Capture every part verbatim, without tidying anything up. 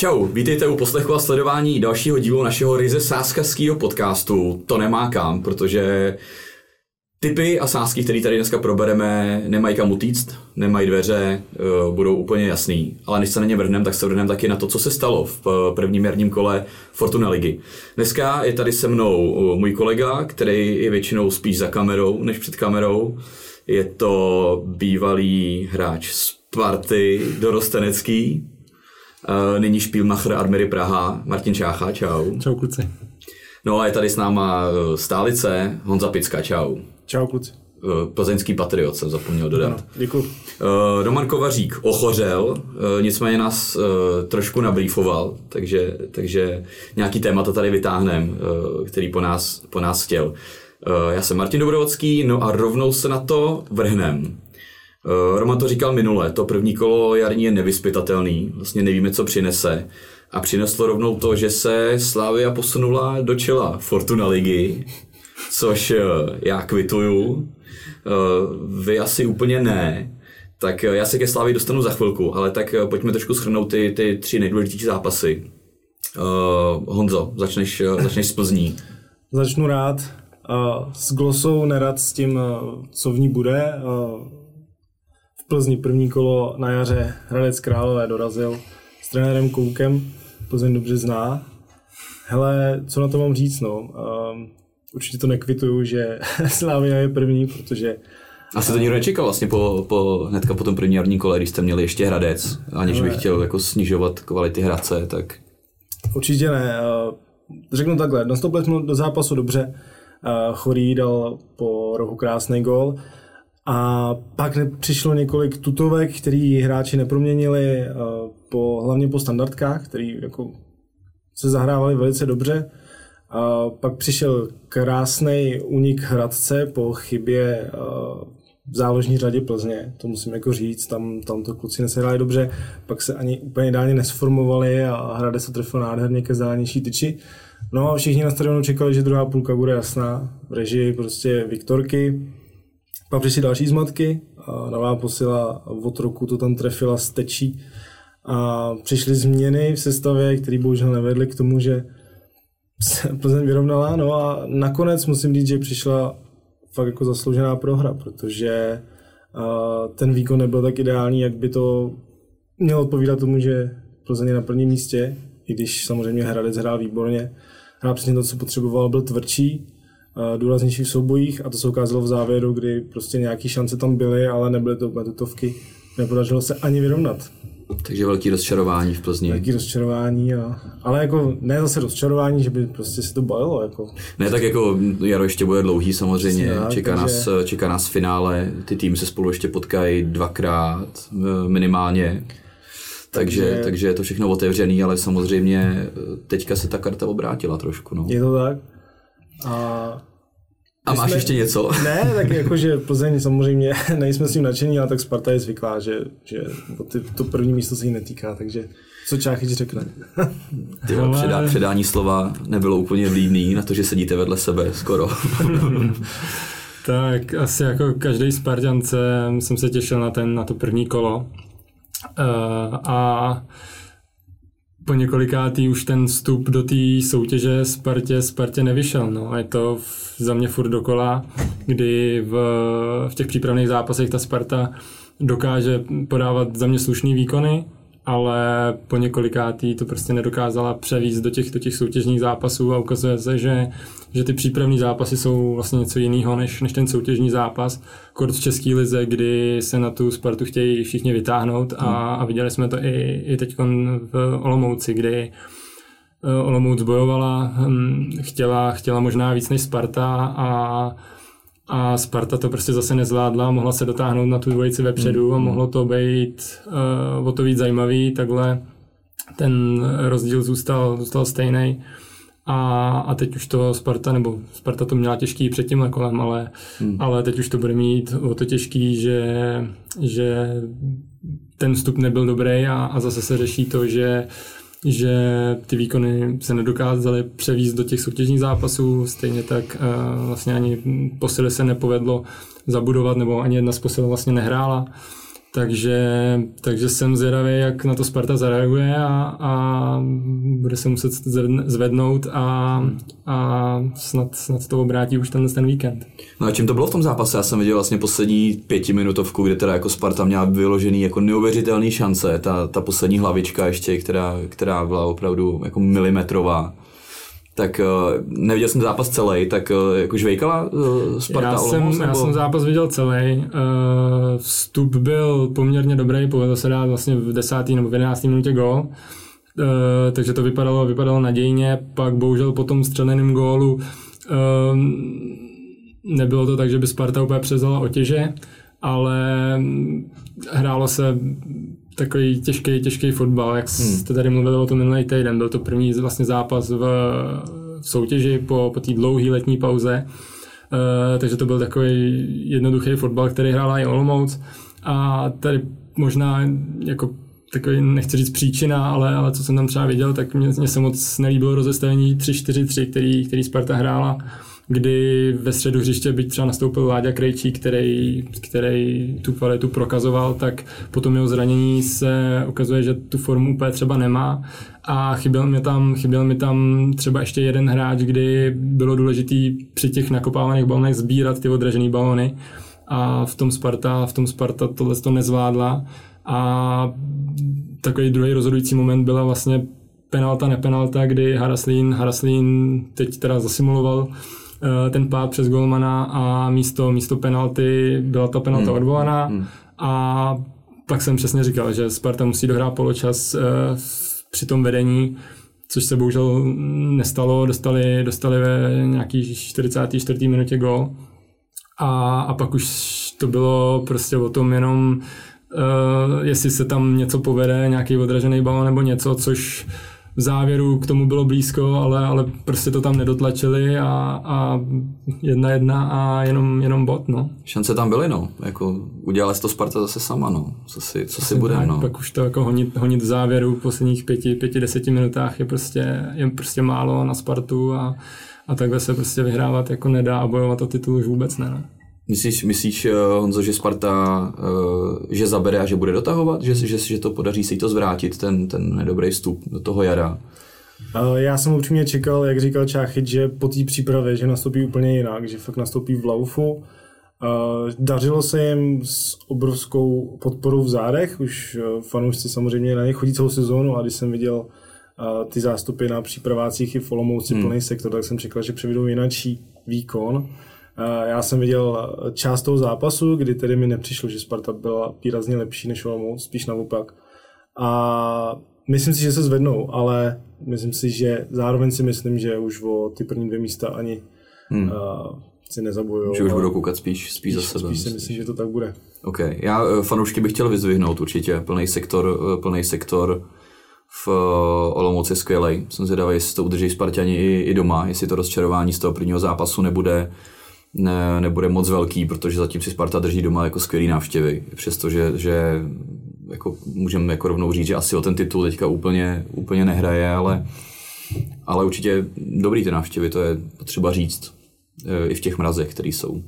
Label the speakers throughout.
Speaker 1: Čau, vítejte u poslechu a sledování dalšího dílu našeho ryze sázkařského podcastu. To nemá kam, protože tipy a sázky, které tady dneska probereme, nemají kam utíct, nemají dveře, budou úplně jasný. Ale než se na ně vrhneme, tak se vrhneme taky na to, co se stalo v prvním jarním kole Fortuna ligy. Dneska je tady se mnou můj kolega, který je většinou spíš za kamerou než před kamerou. Je to bývalý hráč Sparty dorostenecký, nyní Spielmacher Armery Praha, Martin Čácha, čau.
Speaker 2: Čau kluci.
Speaker 1: No a je tady s náma stálice Honza Picka, čau.
Speaker 3: Čau kluci.
Speaker 1: Plzeňský patriot jsem zapomněl dodat.
Speaker 3: Ano, děkuji.
Speaker 1: Roman Kovařík ochořel, nicméně nás trošku nabrýfoval, takže, takže nějaký témata tady vytáhnem, který po nás, po nás chtěl. Já jsem Martin Dobrovodský, no a rovnou se na to vrhnem. Roman to říkal minule, to první kolo jarní je nevyzpytatelný, vlastně nevíme, co přinese. A přineslo rovnou to, že se Slavia posunula do čela Fortuna ligy, což já kvituju, vy asi úplně ne. Tak já se ke Slavii dostanu za chvilku, ale tak pojďme trošku shrnout ty, ty tři nejdůležitější zápasy. Uh, Honzo, začneš, začneš z Plzní.
Speaker 3: Začnu rád. Uh, s glosou nerad s tím, uh, co v ní bude. Uh, v Plzni první kolo na jaře Hradec Králové dorazil s trenérem Koukem. Plzeň dobře zná. Hele, co na to mám říct, no. Uh, určitě to nekvituju, že Slavia je první, protože...
Speaker 1: Asi to nikdo nečekal vlastně po, po, hnedka po tom první jarním kole, když jste měli ještě Hradec, aniž bych chtěl jako snižovat kvality Hradce, tak...
Speaker 3: Určitě ne. Řeknu takhle, nastoupili jsme do zápasu dobře, Chorý dal po rohu krásný gól a pak přišlo několik tutovek, který hráči neproměnili, po, hlavně po standardkách, který jako se zahrávali velice dobře. A pak přišel krásný únik Hradce po chybě v záložní řadě Plzně, to musím jako říct, tam, tam to kluci nesehráli dobře, pak se ani úplně ideálně nesformovali a Hradec se trefil nádherně ke vzdálenější tyči. No a všichni na stadionu čekali, že druhá půlka bude jasná, v režii prostě Viktorky. Pak přišly další zmatky, a nová posila od roku to tam trefila z tečí a přišly změny v sestavě, které bohužel nevedly k tomu, že se Plzeň vyrovnala, no a nakonec musím říct, že přišla fakt jako zasloužená prohra, protože uh, ten výkon nebyl tak ideální, jak by to mělo odpovídat tomu, že Plzeň je na prvním místě, i když samozřejmě Hradec hrál výborně. Hrál přesně to, co potřeboval, byl tvrdší, uh, důraznější v soubojích a to se ukázalo v závěru, kdy prostě nějaké šance tam byly, ale nebyly to úplně tutovky. Nepodařilo se ani vyrovnat.
Speaker 1: Takže velký rozčarování v Plzni.
Speaker 3: Velký rozčarování, a, ale jako ne zase rozčarování, že by prostě se to balilo. Jako.
Speaker 1: Ne, tak jako jaro ještě bude dlouhý samozřejmě,
Speaker 3: Přesně,
Speaker 1: čeká,
Speaker 3: takže...
Speaker 1: nás, čeká nás finále, ty týmy se spolu ještě potkají dvakrát minimálně, takže, takže... takže je to všechno otevřený, ale samozřejmě teďka se ta karta obrátila trošku. No.
Speaker 3: Je to tak. A...
Speaker 1: A máš jsme... ještě něco?
Speaker 3: Ne, tak jakože Plzeň samozřejmě nejsme s tím nadšení, ale tak Sparta je zvyklá, že, že ty, to první místo se jí netýká, takže co Čáchyč řekne.
Speaker 1: Ty ale... předá, předání slova nebylo úplně vlídný na to, že sedíte vedle sebe skoro.
Speaker 2: Tak asi jako každý Spartance jsem se těšil na, ten, na to první kolo uh, a po několikátý už ten vstup do té soutěže Spartě, Spartě nevyšel. No. Je to v, za mě furt dokola, kdy v, v těch přípravných zápasech ta Sparta dokáže podávat za mě slušný výkony, ale po několikátý to prostě nedokázala převízt do těch, do těch soutěžních zápasů a ukazuje se, že, že ty přípravní zápasy jsou vlastně něco jiného než, než ten soutěžní zápas. Kort v české lize, kdy se na tu Spartu chtějí všichni vytáhnout a, a viděli jsme to i, i teď v Olomouci, kdy Olomouc bojovala, chtěla, chtěla možná víc než Sparta a A Sparta to prostě zase nezvládla, mohla se dotáhnout na tu dvojici vepředu mm. a mohlo to být uh, o to víc zajímavý, takhle ten rozdíl zůstal, zůstal stejný. A, a teď už to Sparta, nebo Sparta to měla těžký před tímhle kolem, ale, mm. ale teď už to bude mít o to těžký, že, že ten vstup nebyl dobrý a, a zase se řeší to, že že ty výkony se nedokázaly převízt do těch soutěžních zápasů, stejně tak uh, vlastně ani posily se nepovedlo zabudovat, nebo ani jedna z posil vlastně nehrála. Takže, takže jsem zvědavý, jak na to Sparta zareaguje a, a bude se muset zvednout a, a snad, snad to obrátí už ten, ten víkend.
Speaker 1: No a čím to bylo v tom zápase? Já jsem viděl vlastně poslední pětiminutovku, kde teda jako Sparta měla vyložený jako neuvěřitelný šance, ta, ta poslední hlavička ještě, která, která byla opravdu jako milimetrová. Tak uh, neviděl jsem zápas celý, tak uh, jako žvejkala uh, Sparta
Speaker 2: já jsem,
Speaker 1: Olomouc?
Speaker 2: Já jsem zápas viděl celý. Uh, vstup byl poměrně dobrý, povedlo se dát vlastně v desáté nebo v jedenácté minutě gól. Uh, takže to vypadalo, vypadalo nadějně, pak bohužel po tom střeleném gólu uh, nebylo to tak, že by Sparta úplně převzala otěže, ale hrálo se takový těžký, těžký fotbal, jak hmm. jste tady mluvili o tom minulý týden. Byl to první vlastně zápas v, v soutěži po, po té dlouhé letní pauze, uh, takže to byl takový jednoduchý fotbal, který hrála i Olomouc. A tady možná jako takový, nechci říct příčina, ale, ale co jsem tam třeba viděl, tak mě, mě se moc nelíbilo rozestavení tři čtyři tři, který, který Sparta hrála, kdy ve středu hřiště, byť třeba nastoupil Láďa Krejčí, který, který tu kvalitu prokazoval, tak potom jeho zranění se ukazuje, že tu formu úplně třeba nemá a chyběl mi tam, chyběl mi tam třeba ještě jeden hráč, kdy bylo důležitý při těch nakopávaných balonech sbírat ty odražené balony a v tom Sparta, v tom Sparta tohle to nezvládla a takový druhý rozhodující moment byla vlastně penalta, nepenalta, kdy Haraslín, Haraslín teď teda zasimuloval ten pád přes golmana a místo, místo penalty byla ta penalta hmm. odvolaná hmm. a pak jsem přesně říkal, že Sparta musí dohrát poločas uh, při tom vedení, což se bohužel nestalo, dostali, dostali ve nějaký čtyřicáté čtvrté minutě gól a, a pak už to bylo prostě o tom jenom, uh, jestli se tam něco povede, nějaký odražený balon nebo něco, což v závěru k tomu bylo blízko, ale, ale prostě to tam nedotlačili a, a jedna jedna a jenom, jenom bod, no.
Speaker 1: Šance tam byly, no. Jako udělala to Sparta zase sama, no. Co si, co si bude, no.
Speaker 2: Pak už to jako honit, honit v závěru v posledních pěti, pěti, deseti minutách je prostě, je prostě málo na Spartu a, a takhle se prostě vyhrávat jako nedá a bojovat o titul už vůbec ne, no.
Speaker 1: Myslíš, myslíš, Honzo, že Sparta že zabere a že bude dotahovat? Že, že, že to podaří se jí to zvrátit, ten, ten nedobrý vstup do toho jara?
Speaker 3: Já jsem upřímně čekal, jak říkal Čáchyt, že po té přípravě, že nastoupí úplně jinak, že fakt nastoupí v laufu. Dařilo se jim s obrovskou podporou v zádech, už fanoušci samozřejmě na ně chodí celou sezónu a když jsem viděl ty zástupy na přípravácích i v Olomouci hmm. plný sektor, tak jsem čekal, že přivedou jináčí výkon. Já jsem viděl část toho zápasu, kdy tedy mi nepřišlo, že Sparta byla výrazně lepší než Olomouc, spíš naopak. A myslím si, že se zvednou, ale myslím si, že zároveň si myslím, že už o ty první dvě místa ani hmm. uh, si nezabojou.
Speaker 1: Že už budou koukat spíš, spíš za sebe.
Speaker 3: Spíš si myslím, že to tak bude.
Speaker 1: OK. Já fanoušky bych chtěl vyzvihnout určitě. Plný sektor, plný sektor v Olomouci je skvělej. Jsem zvědavý, jestli to udrží Sparťani i, i doma, jestli to rozčarování z toho prvního zápasu nebude Ne, nebude moc velký, protože zatím si Sparta drží doma jako skvělý návštěvy. Přestože že jako můžeme jako rovnou říct, že asi o ten titul teďka úplně, úplně nehraje, ale, ale určitě dobrý ty návštěvy, to je potřeba říct i v těch mrazech, které jsou.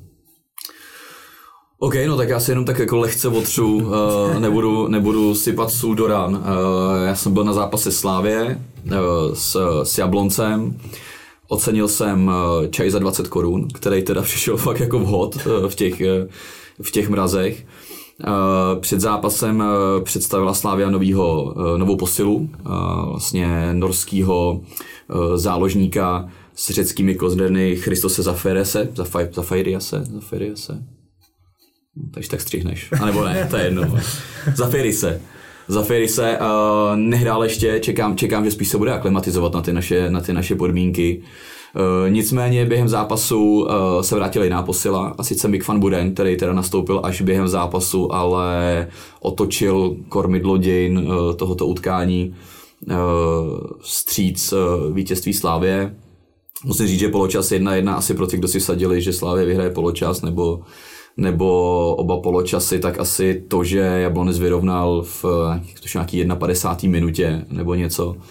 Speaker 1: OK, no tak já si jenom tak jako lehce otřu, uh, nebudu, nebudu sypat sůl do ran. Uh, já jsem byl na zápase Slávie uh, s, s Jabloncem. Ocenil jsem čaj za dvacet korun, který teda přišel fakt jako vhod v těch, v těch mrazech. Před zápasem představila Slavia novýho, novou posilu, vlastně norskýho záložníka s řeckými kořeny Christose Zafirese, Zafiriase, Zafiriase. Takže tak střihneš, a nebo ne, to je jedno. Zafirise. Zafirise uh, nehrál ještě, čekám, čekám, že spíš se bude aklimatizovat na ty naše, na ty naše podmínky. Uh, nicméně během zápasu uh, se vrátila jiná posila, a sice Mick van Buren, který teda nastoupil až během zápasu, ale otočil kormidlo dějin uh, tohoto utkání uh, vstříc uh, vítězství Slávie. Musím říct, že poločas jedna jedna asi pro ty, kdo si vsadili, že Slávie vyhraje poločas, nebo nebo oba poločasy, tak asi to, že Jablonec vyrovnal v nějaký padesátý minutě nebo něco,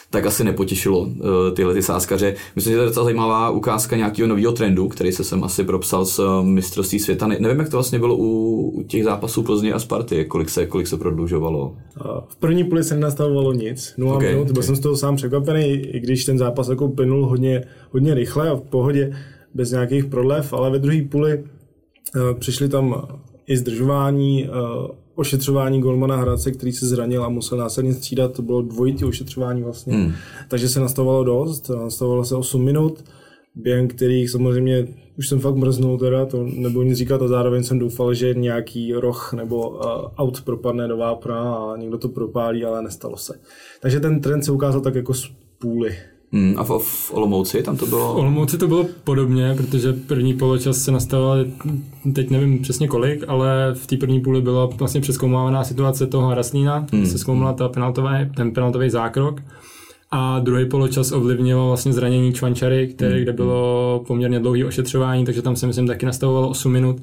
Speaker 1: tak asi nepotěšilo uh, tyhle ty sázkaře. Myslím, že to je docela zajímavá ukázka nějakého nového trendu, který se sem asi propsal z uh, mistrovství světa. Ne, nevím, jak to vlastně bylo u, u těch zápasů Plzně a Sparty, kolik se, kolik se prodlužovalo.
Speaker 3: V první půli se nenastavovalo nic, nula okay, minut, byl okay. jsem z toho sám překvapený, i když ten zápas jako plynul hodně, hodně rychle a v pohodě, bez nějakých prodlev, ale ve druhé půli uh, přišli tam i zdržování, uh, ošetřování golmana Hradce, který se zranil a musel následně střídat, to bylo dvojitý ošetřování vlastně, hmm. takže se nastavovalo dost, nastavovalo se osm minut, během kterých samozřejmě už jsem fakt mrznul teda, to nebudu nic říkat a zároveň jsem doufal, že nějaký roh nebo uh, aut propadne do vápna a někdo to propálí, ale nestalo se. Takže ten trend se ukázal tak jako z půly.
Speaker 1: Hmm, a v, v Olomouci tam to bylo?
Speaker 2: V Olomouci to bylo podobně, protože první poločas se nastavoval, teď nevím přesně kolik, ale v té první půli byla vlastně přezkoumávaná situace toho Hraslína, hmm. se zkoumala ta penaltový, ten penaltový zákrok. A druhý poločas ovlivnilo vlastně zranění Čvančary, který, hmm. kde bylo poměrně dlouhý ošetřování, takže tam se myslím taky nastavovalo osm minut.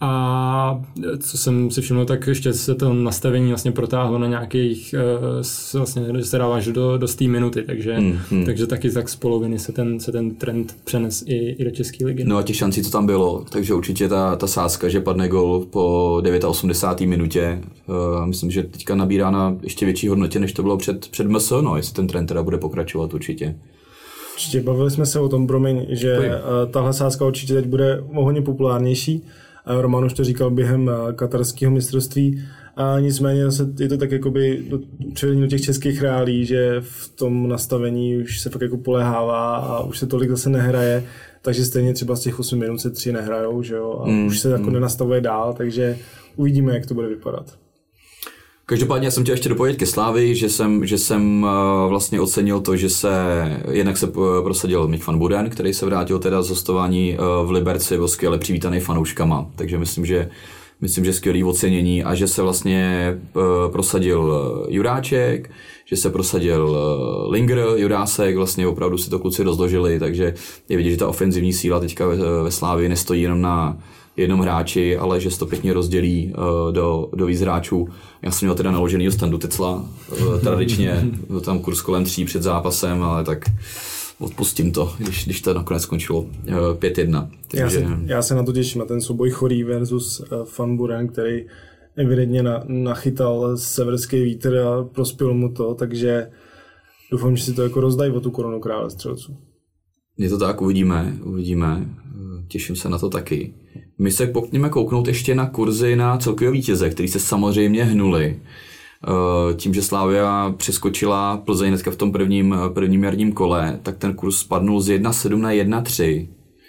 Speaker 2: A co jsem si všiml, tak ještě se to nastavení vlastně protáhlo na nějakých, vlastně se dalo až do, do té minuty, takže, hmm, hmm. takže taky tak z poloviny se ten, se ten trend přenes i, i do České ligy.
Speaker 1: No a těch šancí to tam bylo, takže určitě ta, ta sázka, že padne gol po osmdesáté deváté minutě, uh, myslím, že teďka nabírá na ještě větší hodnotě, než to bylo před, před M S, no, jestli ten trend teda bude pokračovat určitě.
Speaker 3: Určitě, bavili jsme se o tom, promiň, že uh, tahle sázka určitě teď bude hodně populárnější. Roman už to říkal během katarského mistrovství. A nicméně je to tak jakoby převedení do těch českých reálí, že v tom nastavení už se fakt jako polehává a už se tolik zase nehraje, takže stejně třeba z těch osmi minut se tři nehrajou, že jo, a mm, už se jako mm. nenastavuje dál, takže uvidíme, jak to bude vypadat.
Speaker 1: Každopádně jsem chtěl ještě dopovědět ke Slávii, že jsem, že jsem vlastně ocenil to, že se jednak se prosadil Mick van Buren, který se vrátil teda z hostování v Liberci, byl skvěle přivítaný fanouškama, takže myslím, že myslím, že skvělý ocenění a že se vlastně prosadil Juráček, že se prosadil Linger, Jurásek, vlastně opravdu si to kluci rozložili, takže je vidět, že ta ofenzivní síla teďka ve, ve Slávii nestojí jenom na jednom hráči, ale že se to pěkně rozdělí uh, do, do víc hráčů. Já jsem měl teda naloženýho Standu Tecla, uh, tradičně tam kurz kolem tří před zápasem, ale tak odpustím to, když, když to nakonec skončilo uh, pět jedna.
Speaker 3: Takže... Já, se, já se na to těším, na ten souboj Chorý versus uh, Van Buren, který evidentně na, nachytal severský vítr a prospěl mu to, takže doufám, že si to jako rozdají o tu korunu krále střelců.
Speaker 1: Je to tak, uvidíme, uvidíme. Těším se na to taky. My se pojďme kouknout ještě na kurzy na celkového vítěze, který se samozřejmě hnuli. Tím, že Slavia přeskočila Plzeň hnedka v tom prvním, prvním jarním kole, tak ten kurz spadnul z jedna sedm na jedna tři.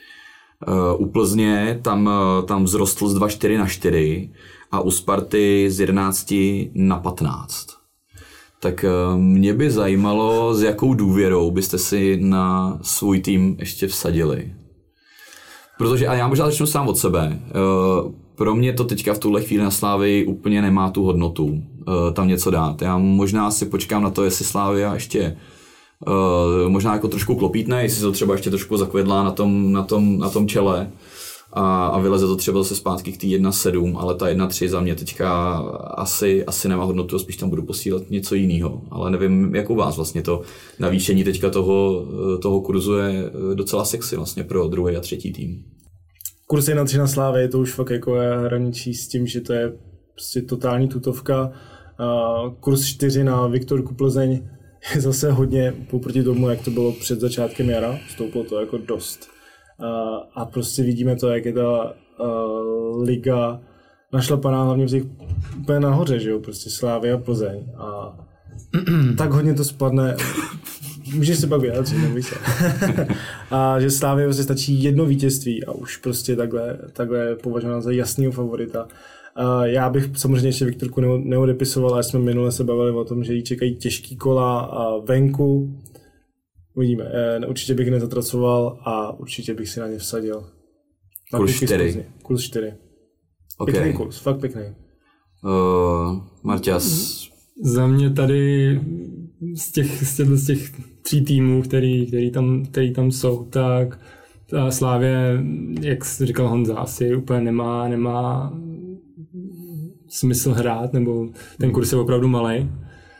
Speaker 1: U Plzně tam, tam vzrostl z dva čtyři na čtyři a u Sparty z jedenáct na patnáct. Tak mě by zajímalo, s jakou důvěrou byste si na svůj tým ještě vsadili. Protože, a já možná začnu sám od sebe, pro mě to teďka v tuhle chvíli na Slávii úplně nemá tu hodnotu tam něco dát. Já možná si počkám na to, jestli Slavia ještě možná jako trošku klopítne, jestli se to třeba ještě trošku zakvedlá na tom, na tom, na tom čele a, a vyleze to třeba zase zpátky k té jedna sedm, ale ta jedna tři za mě teďka asi, asi nemá hodnotu, spíš tam budu posílat něco jiného. Ale nevím, jak u vás vlastně to navýšení teďka toho, toho kurzu je docela sexy vlastně pro druhý a třetí tým.
Speaker 3: Kurz jedna tři na Slávě, to už fakt jako je hraničí s tím, že to je prostě totální tutovka. Uh, kurz čtyři na Viktorku Plzeň je zase hodně poproti tomu, jak to bylo před začátkem jara. Stouplo to jako dost. Uh, a prostě vidíme to, jak je ta uh, liga našlapaná hlavně v těch úplně nahoře, že jo, prostě Slavia a Plzeň. A tak hodně to spadne. Můžeš se pak vyjádřit, neboj se. A že Slavii prostě stačí jedno vítězství a už prostě takhle, takhle považována za jasného favorita. Uh, já bych samozřejmě ještě Viktorku neodepisoval, ale jsme minule se bavili o tom, že jí čekají těžký kola a venku. Uvidíme. E, určitě bych nezatracoval a určitě bych si na ně vsadil.
Speaker 1: Kurz čtyři.
Speaker 3: Kurz čtyři.
Speaker 1: Okay.
Speaker 3: Pěkný kurz, fakt pěkný.
Speaker 1: Uh, Marťas.
Speaker 2: Za mě tady z těch, z těch, z těch tří týmů, který, který, tam, který tam jsou, tak ta Slavie, jak říkal Honza, asi úplně nemá, nemá smysl hrát, nebo ten kurz je opravdu malej.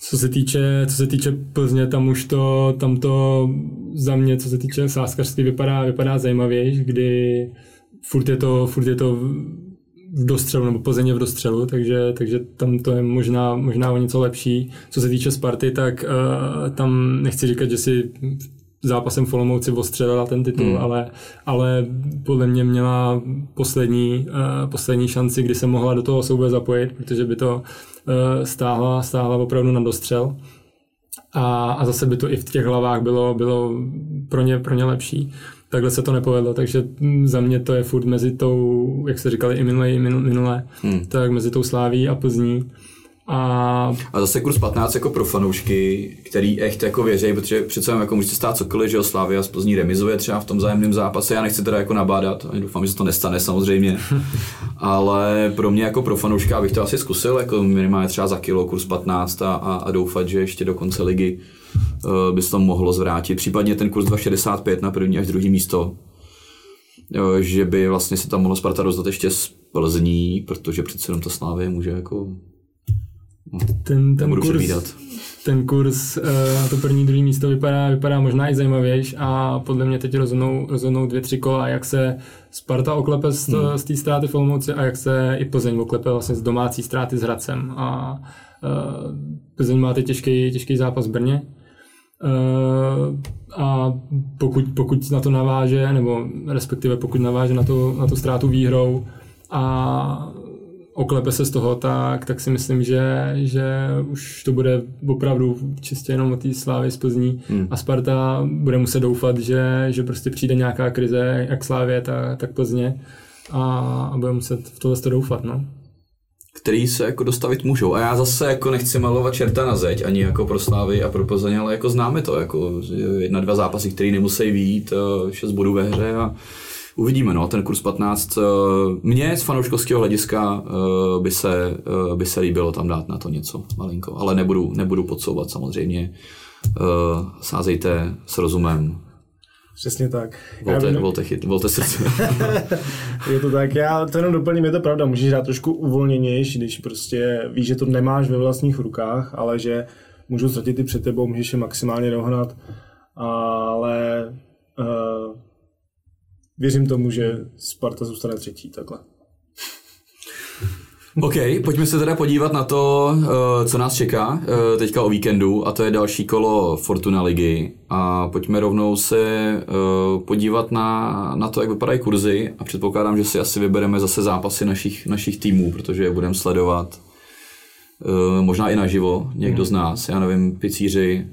Speaker 2: Co se týče, co se týče Plzně, tam už to, tam to za mě, co se týče sázkařství, vypadá, vypadá zajímavěji, kdy furt je to, furt je to v dostřelu, nebo Plzeň je v dostřelu, takže, takže tam to je možná, možná o něco lepší. Co se týče Sparty, tak uh, tam nechci říkat, že si zápasem v Olomouci ostřelila ten titul, hmm. ale, ale podle mě měla poslední, uh, poslední šanci, kdy se mohla do toho souboje zapojit, protože by to uh, stáhla, stáhla opravdu na dostřel. A, a zase by to i v těch hlavách bylo, bylo pro ně, pro ně lepší. Takhle se to nepovedlo, takže za mě to je furt mezi tou, jak se říkali i minule, i minule hmm. tak mezi tou Sláví a Plzní. A...
Speaker 1: a zase kurz patnáct jako pro fanoušky, který echt jako věří, protože přece jako můžete stát cokoliv, že jo, Slavia z Plzní remizuje třeba v tom vzájemném zápase, já nechci teda jako nabádat, doufám, že se to nestane samozřejmě, ale pro mě jako pro fanouška bych to asi zkusil, jako minimálně třeba za kilo kurz patnáct a, a, a doufat, že ještě do konce ligy uh, by se to mohlo zvrátit, případně ten kurz dva šedesát pět na první až druhý místo, uh, že by vlastně se tam mohlo Sparta rozdat ještě z Plzní, protože přece jenom ta Slavie může jako
Speaker 2: ten, ten, kurz, ten kurz, uh, to první, druhý místo vypadá, vypadá možná i zajímavější a podle mě teď rozhodnou, rozhodnou dvě, tři kola, jak se Sparta oklepe z, hmm. z té ztráty v Olomouci a jak se i Plzeň oklepe vlastně z domácí ztráty s Hradcem. A uh, Plzeň má teď těžký, těžký zápas v Brně. Uh, a pokud, pokud na to naváže, nebo respektive pokud naváže na, to, na tu ztrátu výhrou a oklepe se z toho, tak, tak si myslím, že, že už to bude opravdu čistě jenom o té Slávy z Plzní hmm. a Sparta bude muset doufat, že, že prostě přijde nějaká krize, jak Slávě, tak, tak Plzně a, a bude muset v tohle doufat, no.
Speaker 1: Který se jako dostavit můžou. A já zase jako nechci malovat čerta na zeď, ani jako pro Slávy a pro Plzeň, ale jako známe to, jako jedna, dva zápasy, který nemusí vyjít, šest bodů ve hře a uvidíme, no, ten kurz patnáct. Mně z fanouškovského hlediska by se, by se líbilo tam dát na to něco malinko, ale nebudu, nebudu podsouvat samozřejmě. Sázejte s rozumem.
Speaker 3: Přesně tak.
Speaker 1: Volte, vím, volte, chyt, volte srdce.
Speaker 3: Je to tak, já to jenom doplním, je to pravda, můžeš dát trošku uvolněnější, když prostě víš, že to nemáš ve vlastních rukách, ale že můžu ztratit ty před tebou, můžeš je maximálně dohnat, ale uh, věřím tomu, že Sparta zůstane třetí, takhle.
Speaker 1: OK, pojďme se teda podívat na to, co nás čeká teďka o víkendu, a to je další kolo Fortuna ligy. A pojďme rovnou se podívat na, na to, jak vypadají kurzy, a předpokládám, že si asi vybereme zase zápasy našich, našich týmů, protože je budeme sledovat možná i naživo, někdo z nás, já nevím, picíři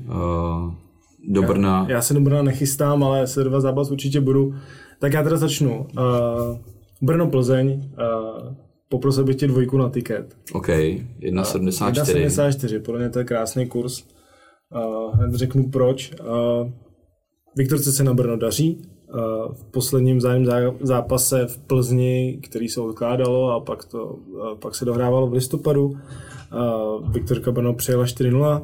Speaker 1: do Brna.
Speaker 3: Já, já se do Brna nechystám, ale sledovat zápas určitě budu. Tak já teda začnu. Uh, Brno-Plzeň, uh, poprosil bych tě dvojku na tiket.
Speaker 1: OK, jedna sedmdesát čtyři.
Speaker 3: jedna sedmdesát čtyři, podle mě to je krásný kurz. Uh, hned řeknu proč. Uh, Viktorce se na Brno daří. Uh, v posledním vzájemném zápase v Plzni, který se odkládalo a pak, to, uh, pak se dohrávalo v listopadu. Uh, Viktorka Brno přijela čtyři nula.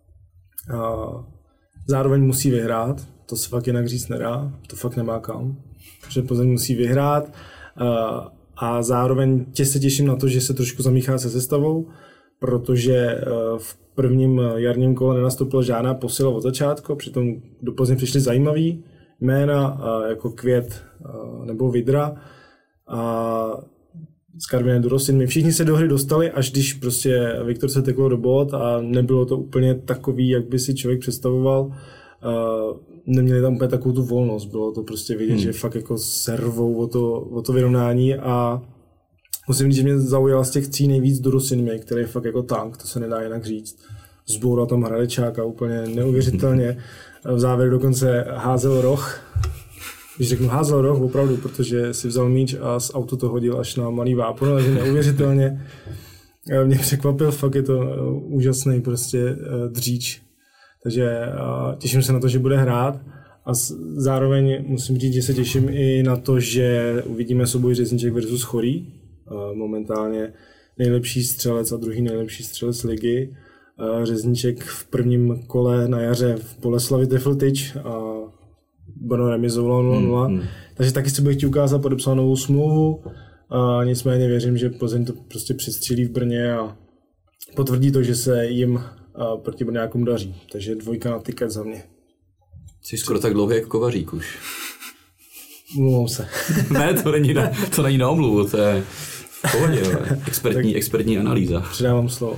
Speaker 3: Uh, zároveň musí vyhrát. To se fakt jinak říct nedá. To fakt nemá kam. Protože Plzeň musí vyhrát. Uh, A zároveň tě se těším na to, že se trošku zamíchá se sestavou, protože v prvním jarním kole nenastoupila žádná posila od začátku, přitom do Plzně přišly zajímavý jména jako Květ nebo Vidra a z Karviné Durosin. My všichni se do hry dostali, až když prostě Viktor se teklo do bod a nebylo to úplně takový, jak by si člověk představoval. Neměli tam úplně takovou tu volnost, bylo to prostě vidět, hmm. že fakt jako servou o to, o to vyrovnání a musím říct, že mě zaujala z těch tří nejvíc Durosin, který je fakt jako tank, to se nedá jinak říct. Zboural tam Hradečáka úplně neuvěřitelně, v závěru dokonce házel roh, když řeknu házel roh opravdu, protože si vzal míč a z auto to hodil až na malý vápon, ale že neuvěřitelně mě překvapil, fakt je to úžasný prostě dříč. Takže uh, těším se na to, že bude hrát a zároveň musím říct, že se těším i na to, že uvidíme souboj Řezníček versus Chorý. Uh, momentálně nejlepší střelec a druhý nejlepší střelec ligy. Uh, Řezníček v prvním kole na jaře v Boleslavi trefil tyč a Brno remizovalo nula nula. Hmm, hmm. Takže taky si bych ti ukázat podepsal novou smlouvu. Uh, nicméně věřím, že Plzeň to prostě přestřílí v Brně a potvrdí to, že se jim uh, proti Brňákům daří. Takže dvojka na tiket za mě.
Speaker 1: Jsi skoro tak dlouhý jako Kovařík už.
Speaker 3: Mluvám se.
Speaker 1: Ne, to není na, to není na omluvu, to je v pohodě, expertní, expertní analýza.
Speaker 3: Předávám slovo.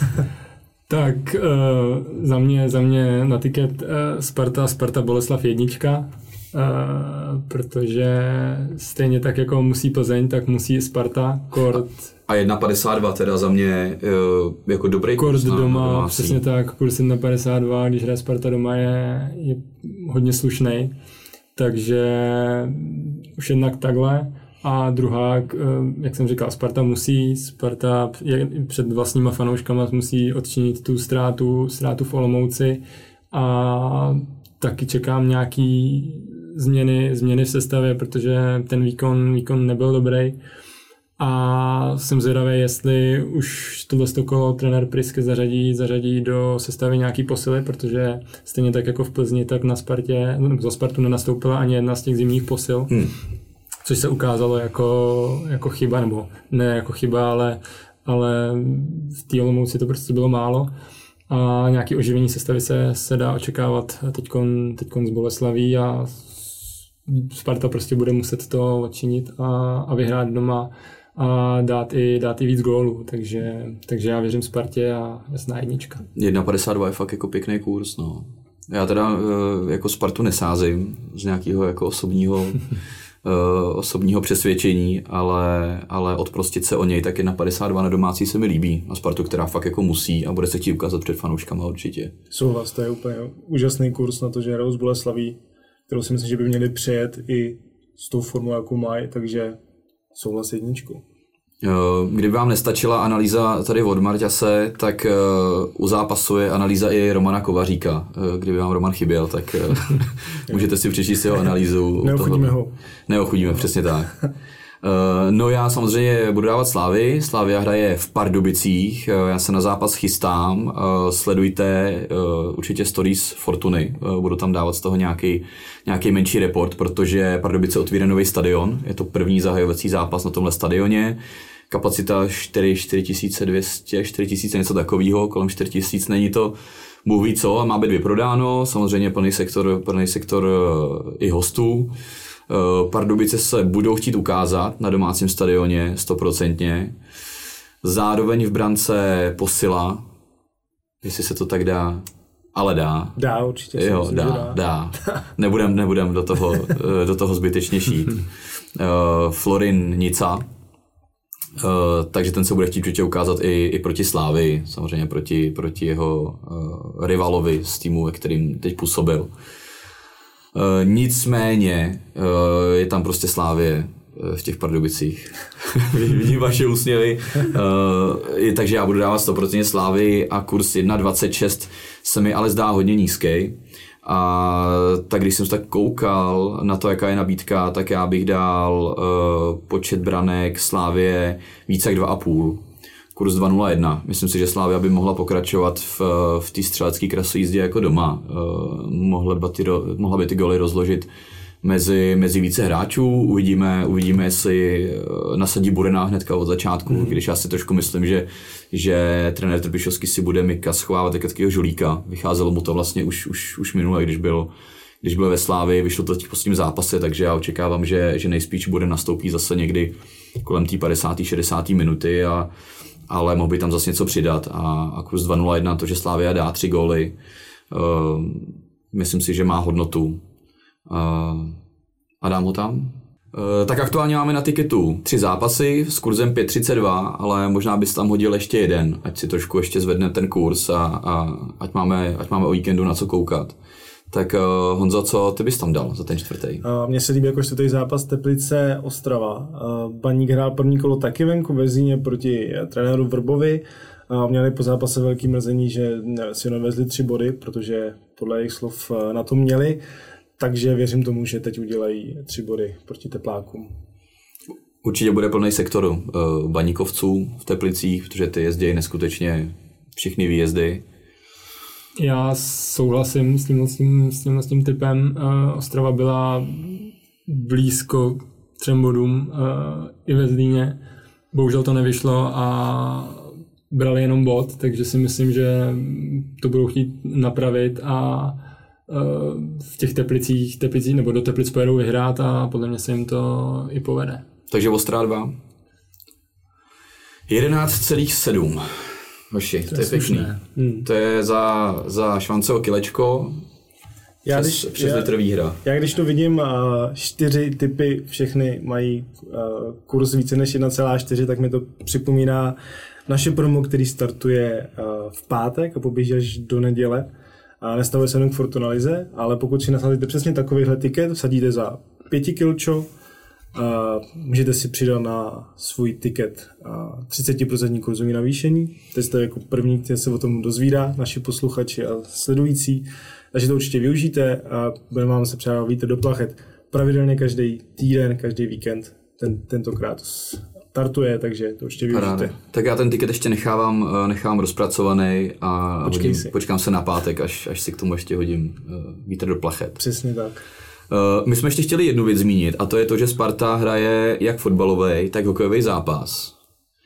Speaker 2: Tak uh, za mě, za mě na tiket uh, Sparta, Sparta Boleslav jednička, uh, protože stejně tak jako musí Plzeň, tak musí Sparta, kort.
Speaker 1: A jedna padesát dva teda za mě uh, jako dobrý
Speaker 2: kort
Speaker 1: kurz na
Speaker 2: doma,
Speaker 1: domácí.
Speaker 2: přesně tak, kurz jedna padesát dva, když hraje Sparta doma je, je hodně slušnej, takže už jednak takhle. A druhá, jak jsem říkal, Sparta musí, Sparta před vlastníma fanouškama musí odčinit tu ztrátu, ztrátu v Olomouci a taky čekám nějaký změny, změny v sestavě, protože ten výkon, výkon nebyl dobrý. A jsem zvědavý, jestli už tohle kolo trenér Priske zařadí, zařadí do sestavy nějaký posily, protože stejně tak jako v Plzni, tak na Spartě, za Spartu nenastoupila ani jedna z těch zimních posil. Hmm. Což se ukázalo jako, jako chyba, nebo ne jako chyba, ale, ale v té Olomouci to prostě bylo málo. A nějaké oživení sestavy se, se dá očekávat teďkon, teďkon z Boleslaví a Sparta prostě bude muset to odčinit a, a vyhrát doma a dát i, dát i víc gólů. Takže, takže já věřím Spartě a jasná jednička.
Speaker 1: jedna padesát dva je fakt jako pěkný kurz, no. Já teda jako Spartu nesázím z nějakého jako osobního Uh, osobního přesvědčení, ale, ale odprostit se o něj, tak jedna padesát dva na domácí se mi líbí. A Spartu, která fakt jako musí a bude se chtít ukázat před fanouškama určitě.
Speaker 3: Souhlas, to je úplně úžasný kurz na to, že hrajou z Boleslaví, kterou si myslím, že by měli přejet i s tou formou, jakou mají, takže souhlas jedničku.
Speaker 1: Kdyby vám nestačila analýza tady od Marťase, tak u zápasu je analýza i Romana Kovaříka. Kdyby vám Roman chyběl, tak můžete si přečíst jeho analýzu.
Speaker 3: Neochudíme ho.
Speaker 1: Neochudíme, přesně tak. No já samozřejmě budu dávat Slávy. Slávia hraje v Pardubicích. Já se na zápas chystám. Sledujte určitě stories Fortuny. Budu tam dávat z toho nějaký, nějaký menší report, protože Pardubice otvírá nový stadion. Je to první zahajovací zápas na tomhle stadioně. Kapacita čtyři tisíce dvě stě, čtyři tisíce něco takového, kolem čtyři tisíce, není to bůh ví co, a má být vyprodáno. Samozřejmě plný sektor, plný sektor i hostů. Pardubice se budou chtít ukázat na domácím stadioně stoprocentně. Zároveň v brance posila, jestli se to tak dá, ale dá.
Speaker 3: Dá určitě.
Speaker 1: Jo,
Speaker 3: myslím,
Speaker 1: dá,
Speaker 3: dá,
Speaker 1: dá. Nebudem, nebudem do toho, do toho zbytečně šít. Florin Nica, takže ten se bude chtít určitě ukázat i, i proti Slávii, samozřejmě proti, proti jeho rivalovi z týmu, ve kterým teď působil. Uh, nicméně uh, je tam prostě Slávie uh, v těch Pardubicích. Vidím vaše úsměvy. Uh, takže já budu dávat sto procent Slávii a kurz jedna dvacet šest se mi ale zdá hodně nízký. A tak když jsem se tak koukal na to, jaká je nabídka, tak já bych dal uh, počet branek Slávie více jak dva a půl. Kurz dva nula jedna. Myslím si, že Slavia by mohla pokračovat v, v té střelecké krasojízdě jako doma. Uh, mohla, by ty, mohla by ty goly rozložit mezi, mezi více hráčů. Uvidíme, uvidíme jestli nasadí Burena hnedka od začátku, mm. když já si trošku myslím, že, že trenér Trpišovský si bude Mika schovávat jako takového žolíka. Vycházelo mu to vlastně už, už, už minule, když byl, když byl ve Slávii, vyšlo to v těch posledním zápase, takže já očekávám, že, že nejspíš bude nastoupí zase někdy kolem té padesáté šedesáté minuty, a, ale mohl by tam zase něco přidat. A, a kurz dva nula jedna, to, že Slavia dá tři góly, uh, myslím si, že má hodnotu. Uh, a dám ho tam. Uh, tak aktuálně máme na tiketu tři zápasy s kurzem pět třicet dva, ale možná bys tam hodil ještě jeden, ať si trošku ještě zvedne ten kurz a, a ať, máme, ať máme o víkendu na co koukat. Tak uh, Honzo, co ty bys tam dal za ten čtvrtý?
Speaker 3: Uh, Mně se líbí jako čtvrtý zápas Teplice Ostrava. Uh, Baník hrál první kolo taky venku ve Zlíně proti trenéru Vrbovi. Uh, měli po zápase velký mrzení, že si nevezli tři body, protože podle jejich slov uh, na to měli. Takže věřím tomu, že teď udělají tři body proti Teplákům.
Speaker 1: Určitě bude plný sektor uh, baníkovců v Teplicích, protože ty jezdí neskutečně všechny výjezdy.
Speaker 2: Já souhlasím s tímhle, s tím, s tímhle s tím typem. Uh, Ostrava byla blízko třem bodům uh, i ve Zlíně. Bohužel to nevyšlo a brali jenom bod, takže si myslím, že to budou chtít napravit a v těch Teplicích, teplicích nebo do Teplic pojedou vyhrát a podle mě se jim to i povede.
Speaker 1: Takže Ostrá dva. jedenáct celá sedm. Hoši, to, to je pěkný. Hmm. To je za, za Švanceho kilečko. Já přes, když, přes já, litr výhra.
Speaker 3: Já když to vidím, uh, čtyři typy, všechny mají uh, kurz více než jedna celá čtyři, tak mi to připomíná naše promo, který startuje uh, v pátek a poběží až do neděle. A nestavuje se jenom k Fortuna Lize, ale pokud si nasadíte přesně takovýhle tiket, vsadíte za pěti kilčo, a můžete si přidat na svůj tiket třicet procent kurzový navýšení. Teď jste jako první, který se o tom dozvídá, naši posluchači a sledující. Takže to určitě využijte a budeme vám se předávat vítr do plachet. Pravidelně každý týden, každý víkend, ten, tentokrát startuje, takže to určitě využijte.
Speaker 1: Tak já ten tiket ještě nechávám, nechávám rozpracovaný a hodím,
Speaker 3: si.
Speaker 1: počkám se na pátek, až, až si k tomu ještě hodím vítr do plachet.
Speaker 3: Přesně tak.
Speaker 1: Uh, my jsme ještě chtěli jednu věc zmínit a to je to, že Sparta hraje jak fotbalový, tak hokejový zápas.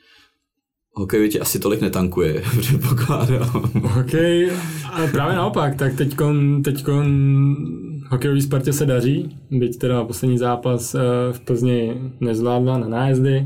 Speaker 1: Hokej tě asi tolik netankuje, předpokládám.
Speaker 2: Hokej, ale právě naopak, tak teďkon, teďkon hokejový Spartě se daří, byť teda poslední zápas v Plzni nezvládla na nájezdy,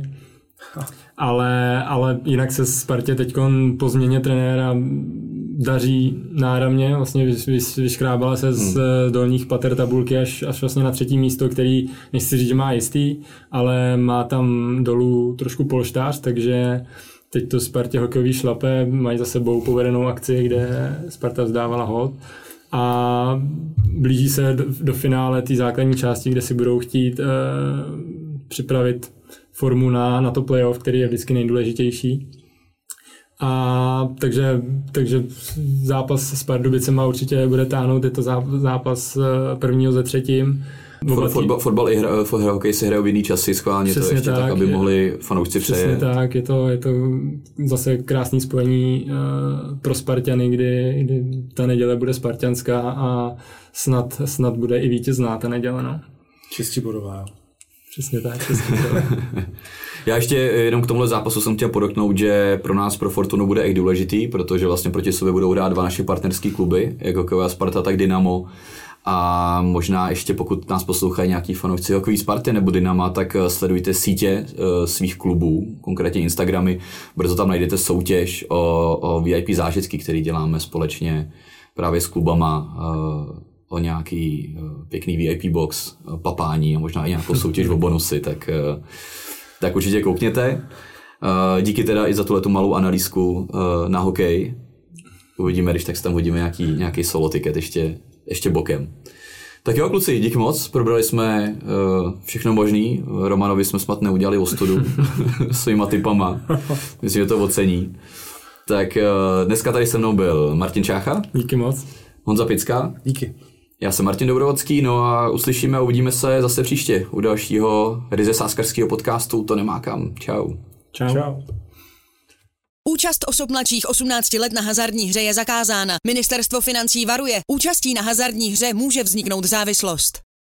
Speaker 2: ale, ale jinak se Spartě teďkon po změně trenéra daří náramně, vlastně vyškrábala se z dolních pater tabulky až, až vlastně na třetí místo, který nechci říct, že má jistý, ale má tam dolů trošku polštář, takže teď to Spartě hokejový šlape, mají za sebou povedenou akci, kde Sparta vzdávala hod a blíží se do, do finále té základní části, kde si budou chtít eh, připravit formu na, na to playoff, který je vždycky nejdůležitější. A takže, takže zápas s Pardubicema určitě bude táhnout, je to zápas prvního ze třetím.
Speaker 1: Fotbal, fotbal i hra, hokej se hrajou v jiný časy, schválně přesně to ještě tak, tak aby je, mohli fanoušci přejet.
Speaker 2: Přesně tak, je to, je to zase krásný spojení uh, pro Spartany, kdy, kdy ta neděle bude spartanská a snad, snad bude i vítězná ta neděle. No.
Speaker 3: Čistě bodová.
Speaker 2: Přesně tak, čistě bodová.
Speaker 1: Já ještě jenom k tomuhle zápasu jsem chtěl podotknout, že pro nás, pro Fortunu, bude echt důležitý, protože vlastně proti sobě budou hrát dva naše partnerský kluby, jako hokejová Sparta, tak Dynamo. A možná ještě pokud nás poslouchají nějaký fanoušci hokejový Sparty nebo Dynama, tak sledujte sítě uh, svých klubů, konkrétně Instagramy. Brzo tam najdete soutěž o, o V I P zážitky, který děláme společně právě s klubama, uh, o nějaký uh, pěkný V I P box, uh, papání a možná i nějakou soutěž o bonusy, tak, uh, tak určitě koukněte. Uh, díky teda i za tuhletu malou analýzku uh, na hokej. Uvidíme, když tak se tam hodíme nějaký, nějaký solo ticket ještě ještě bokem. Tak jo, kluci, díky moc. Probrali jsme uh, všechno možný. Romanovi jsme snad neudělali ostudu svýma tipama. Myslím, že to ocení. Tak uh, dneska tady se mnou byl Martin Čácha.
Speaker 2: Díky moc.
Speaker 1: Honza Picka.
Speaker 3: Díky.
Speaker 1: Já jsem Martin Dobrovodský, no a uslyšíme a uvidíme se zase příště u dalšího ryze sázkařského podcastu To nemá kam. Čau.
Speaker 2: Čau. Čau.
Speaker 4: Účast osob mladších osmnácti let na hazardní hře je zakázána. Ministerstvo financí varuje. Účastí na hazardní hře může vzniknout závislost.